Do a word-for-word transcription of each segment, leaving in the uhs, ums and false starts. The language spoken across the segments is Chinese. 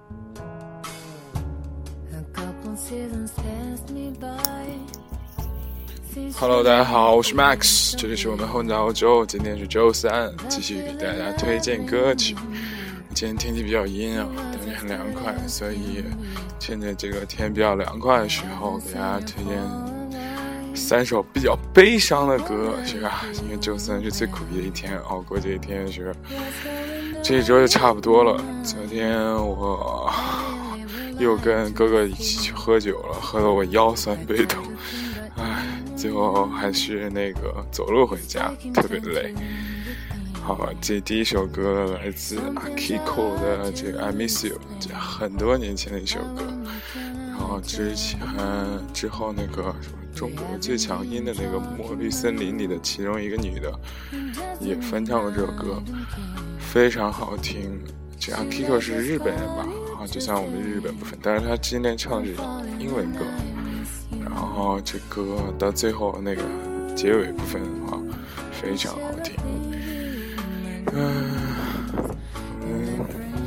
Hello， 大家好，我是 Max， 这里是我们混杂欧洲，今天是周三，继续给大家推荐歌曲。今天天气比较阴啊，但是很凉快，所以趁着这个天比较凉快的时候，给大家推荐三首比较悲伤的歌，是吧？因为周三是最苦逼的一天，熬过这一天是这一周就差不多了。昨天我又跟哥哥一起去喝酒了，喝得我腰酸背痛，唉，最后还是那个走路回家，特别累。好，这第一首歌来自 Akiko 的这个 I Miss You， 这很多年前的一首歌。然后之前之后那个什么中国最强音的那个墨绿森林里的其中一个女的也翻唱过这首歌，非常好听。这 Akiko 是日本人吧？啊，就像我们日本部分，但是他今天唱的是英文歌。然后这歌到最后那个结尾部分的话，非常好听。嗯嗯，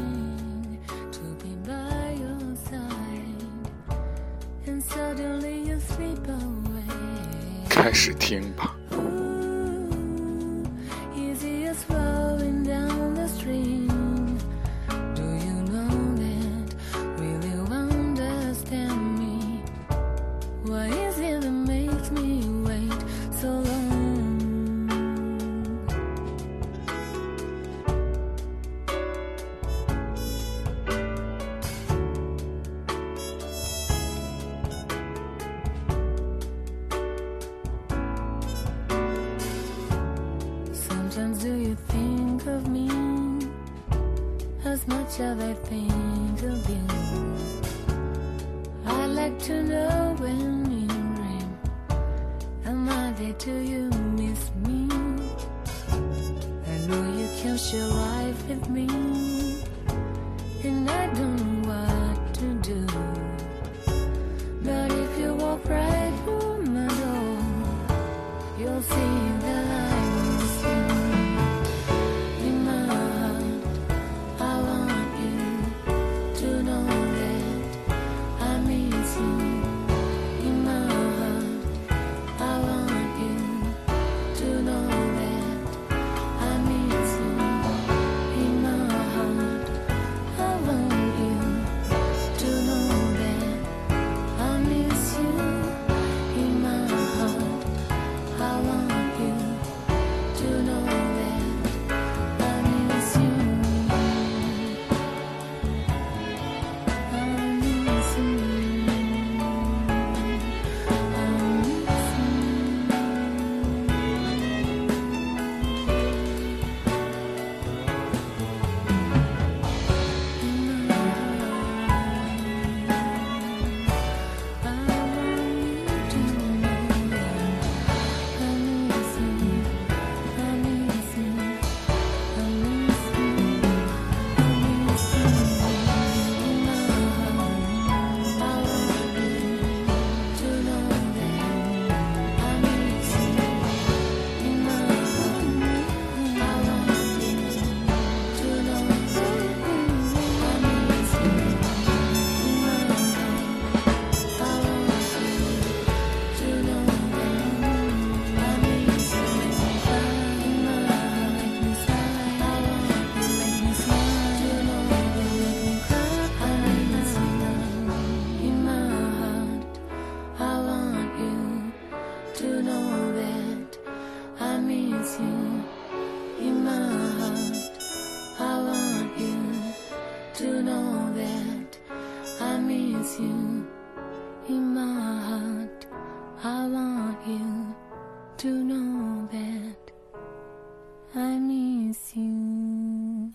开始听吧。 Sometimes do you think of me as much as I think of you? I'd like to know when you dream, am I there till you miss me? I know you can share life with me, and I don't know what to do. But if you walk right through my door, you'll see that I to know that I miss you。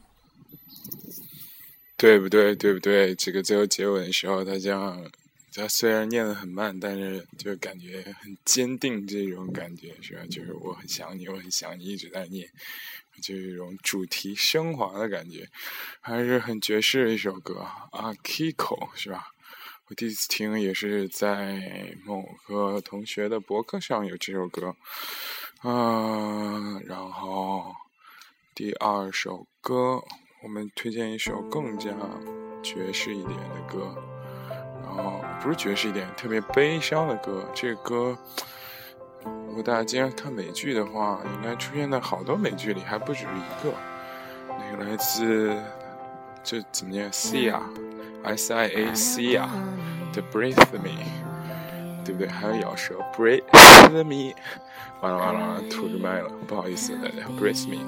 对不对？对不对？这个最后结尾的时候，他这样，他虽然念得很慢，但是就感觉很坚定，这种感觉是吧？就是我很想你，我很想你，一直在念，就是一种主题升华的感觉，还是很爵士的一首歌啊 ，Akiko 是吧？我第一次听也是在某个同学的博客上有这首歌，啊，然后第二首歌我们推荐一首更加爵士一点的歌，然后不是爵士一点，特别悲伤的歌。这个歌如果大家经常看美剧的话，应该出现在好多美剧里，还不止一个。那个来自这怎么念 Sia S I A Sia 的 Breathe Me， 对不对？还有咬舌 Breathe Me， 完了完了完了，吐着麦了，不好意思大家 Breathe Me。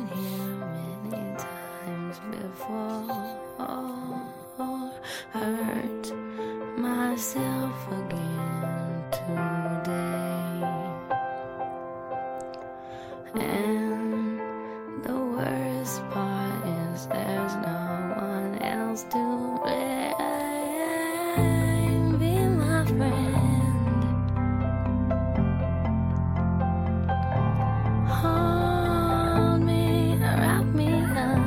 Hurt myself again today, and the worst part is there's no one else to blame. Be my friend, hold me, wrap me up.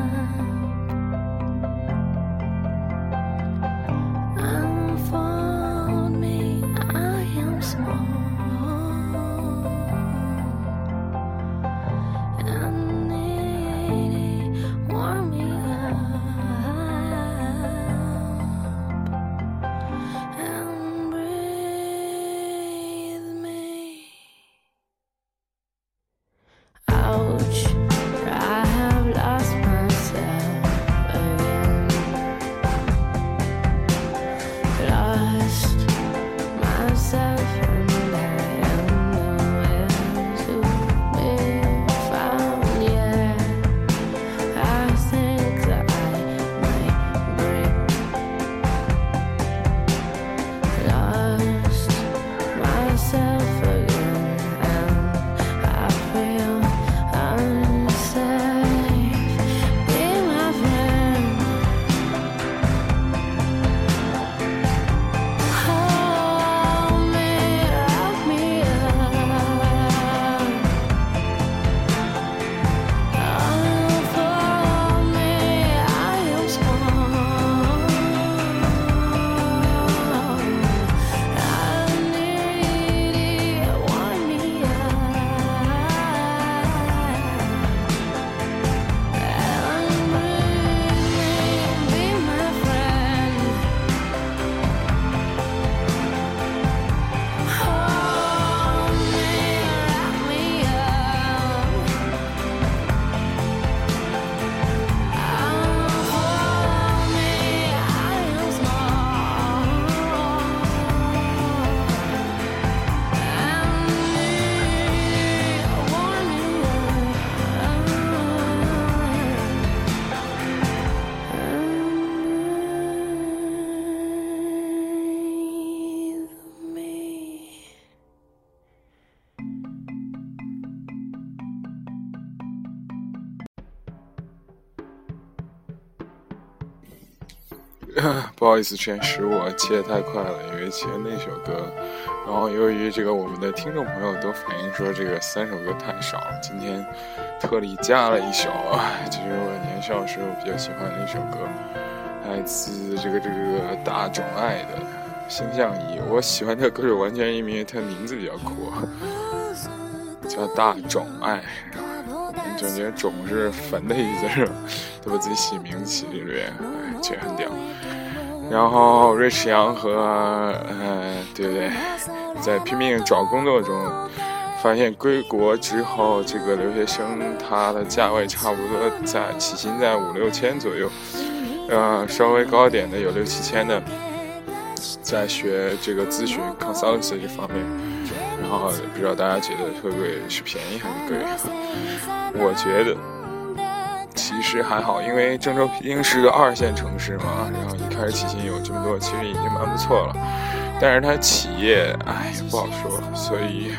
不好意思，之前失误切得太快了，因为切那首歌，然后由于这个我们的听众朋友都反映说这个三首歌太少了，今天特地加了一首，这是我年少时候比较喜欢的一首歌，来自这个这个大冢爱的星象仪。我喜欢这个歌手完全因为他名字比较酷，叫大冢爱，就觉得冢是坟的意思是吧？都把自己起名字起里边，哎，这很屌。然后瑞士阳和呃，对不对，在拼命找工作中，发现归国之后，这个留学生他的价位差不多在起薪在五六千左右，呃，稍微高一点的有六七千的，在学这个咨询 consultancy 这方面。然后不知道大家觉得会不会是便宜还是贵？我觉得其实还好，因为郑州毕竟是个二线城市嘛，然后一开始起薪有这么多，其实已经蛮不错了。但是它企业，哎，不好说，所以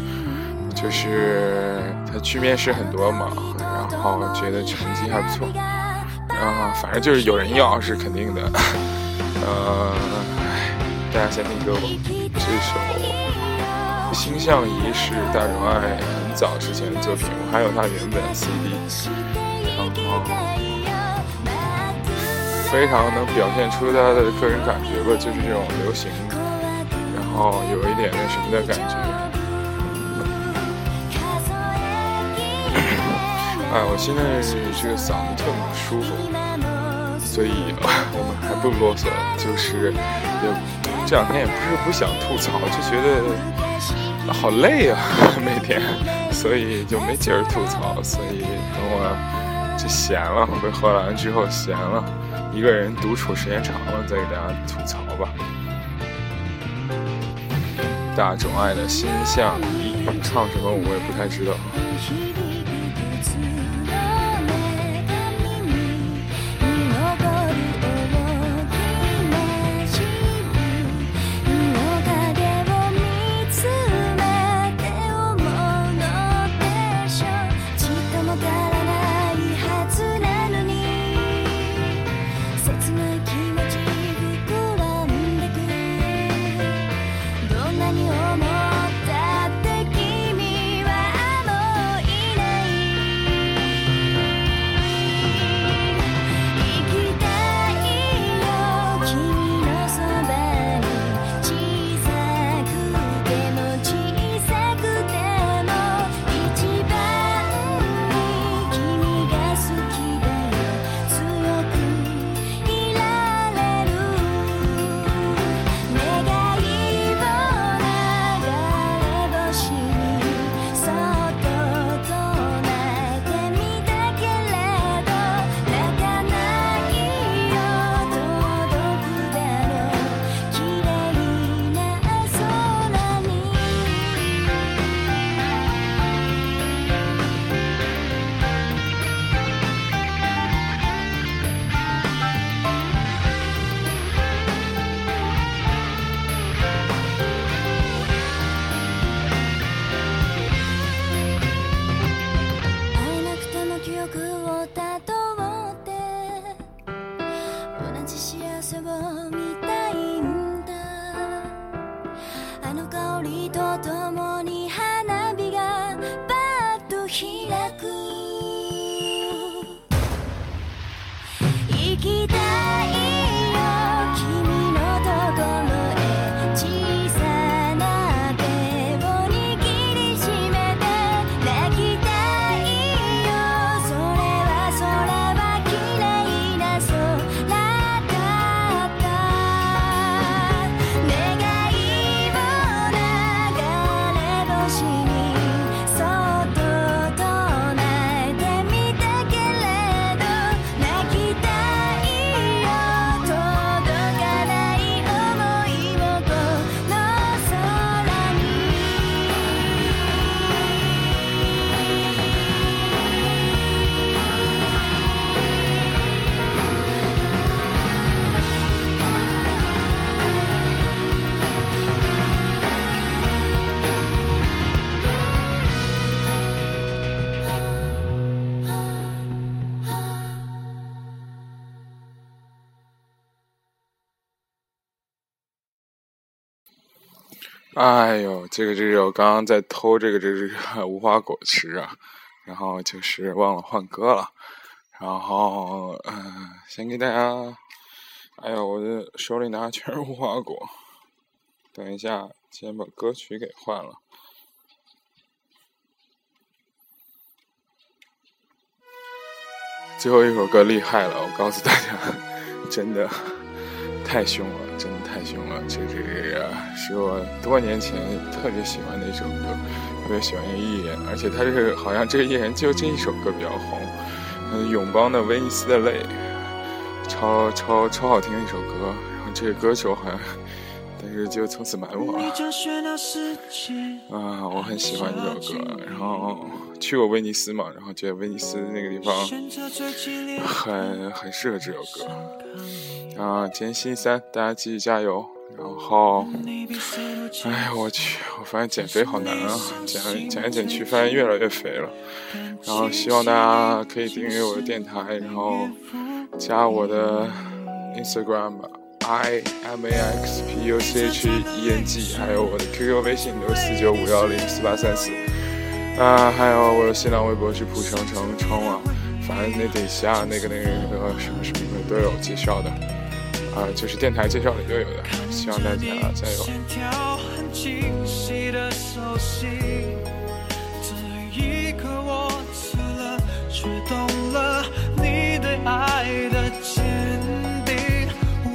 就是它去面试很多嘛，然后觉得成绩还不错，然后反正就是有人要是肯定的。呃，大家先听歌吧，这首星象仪是大冢爱很早之前的作品，我还有他原本 C D， 然后非常能表现出他的个人感觉吧，就是这种流行，然后有一点那什么的感觉。哎，我现在这个嗓子特别舒服，所以我们还不啰嗦，就是也这两天也不是不想吐槽，就觉得好累啊每天，所以就没劲儿吐槽。所以等我就闲了，回荷兰之后闲了，一个人独处时间长了，再给大家吐槽吧。大众爱的心向你，唱什么我也不太知道。哎呦，这个这个我刚刚在偷这个这个无花果吃啊，然后就是忘了换歌了，然后嗯、呃，先给大家，哎呦，我的手里拿的全是无花果，等一下先把歌曲给换了。最后一首歌厉害了，我告诉大家，真的太凶了，真的太凶了！这个是我多年前特别喜欢的一首歌，特别喜欢一个艺人，而且他这个好像这个艺人就这一首歌比较红，嗯，永邦的《威尼斯的泪》，超超超好听的一首歌。然后这个歌手好像，但是就从此埋没了。啊，我很喜欢这首歌，然后去过威尼斯嘛，然后觉得威尼斯那个地方很很适合这首歌。啊，今天星期三，大家继续加油。然后，哎，我去，我发现减肥好难啊，减减来减去，发现越来越肥了。然后希望大家可以订阅我的电台，然后加我的 Instagram 吧 I M A X P U C H E N G， 还有我的 Q Q 微信都是四九五幺零四八三四。啊，还有我的新浪微博是蒲程程冲啊，反正那底下那个那个那个什么什么都有介绍的。啊、呃，就是电台介绍里都有的，希望大家加油。这一刻我死了，却懂了你对爱的坚定。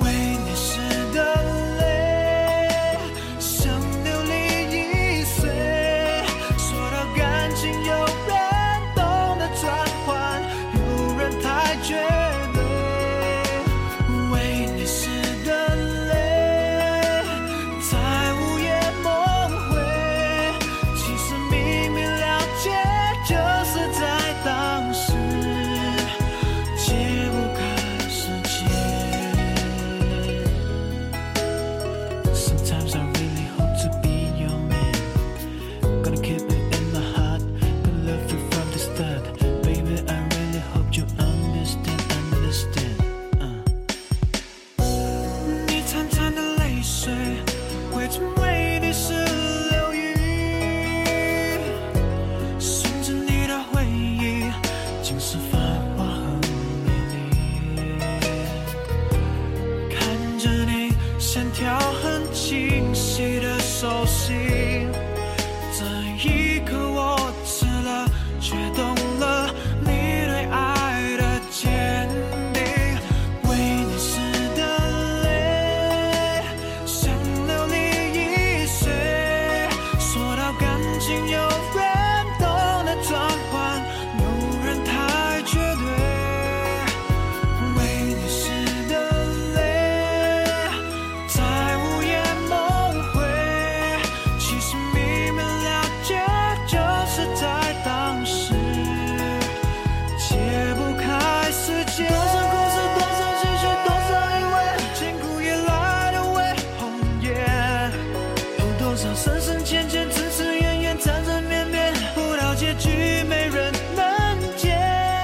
会成为你是流云，顺着你的回忆，尽是繁华和美丽。看着你线条很清晰的手心，这一刻我吃了，却懂了你对爱的坚定。为你湿的泪，想留你一岁。说到感情，有人懂得转换，有人太绝对。为你湿的泪，在午夜梦回。其实明明了解，就是在当时解不开世界。多少故事，多少情绪，多少以为，千古以来的为红颜。有多少深深浅浅，呲呲怨怨，缠缠绵绵，不到结局没人能解。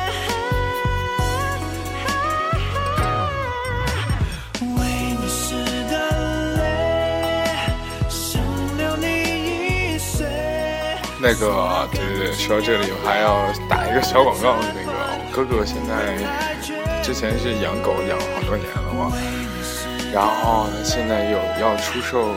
为你湿的泪，想留你一岁。 那个，对对对，说到这里我还要打一个小广告。那个我哥哥现在之前是养狗养了好多年了嘛，然后呢现在有要出售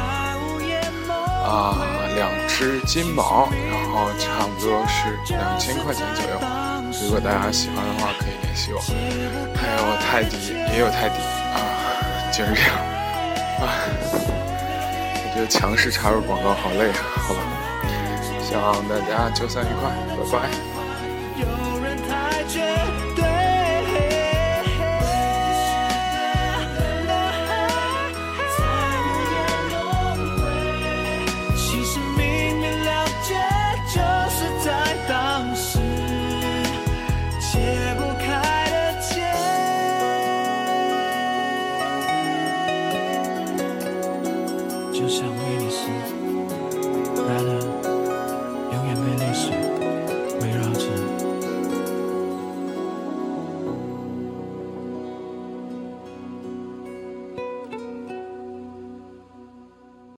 啊、两只金毛，然后差不多是两千块钱左右。如果大家喜欢的话，可以联系我。还有泰迪，也有泰迪啊，就是这样啊。我觉得强势插入广告好累啊，好吧。希望大家周三愉快，拜拜。 有人太绝对，在午夜梦回。其实明明了解，就是在当时解不开的结。就像为你是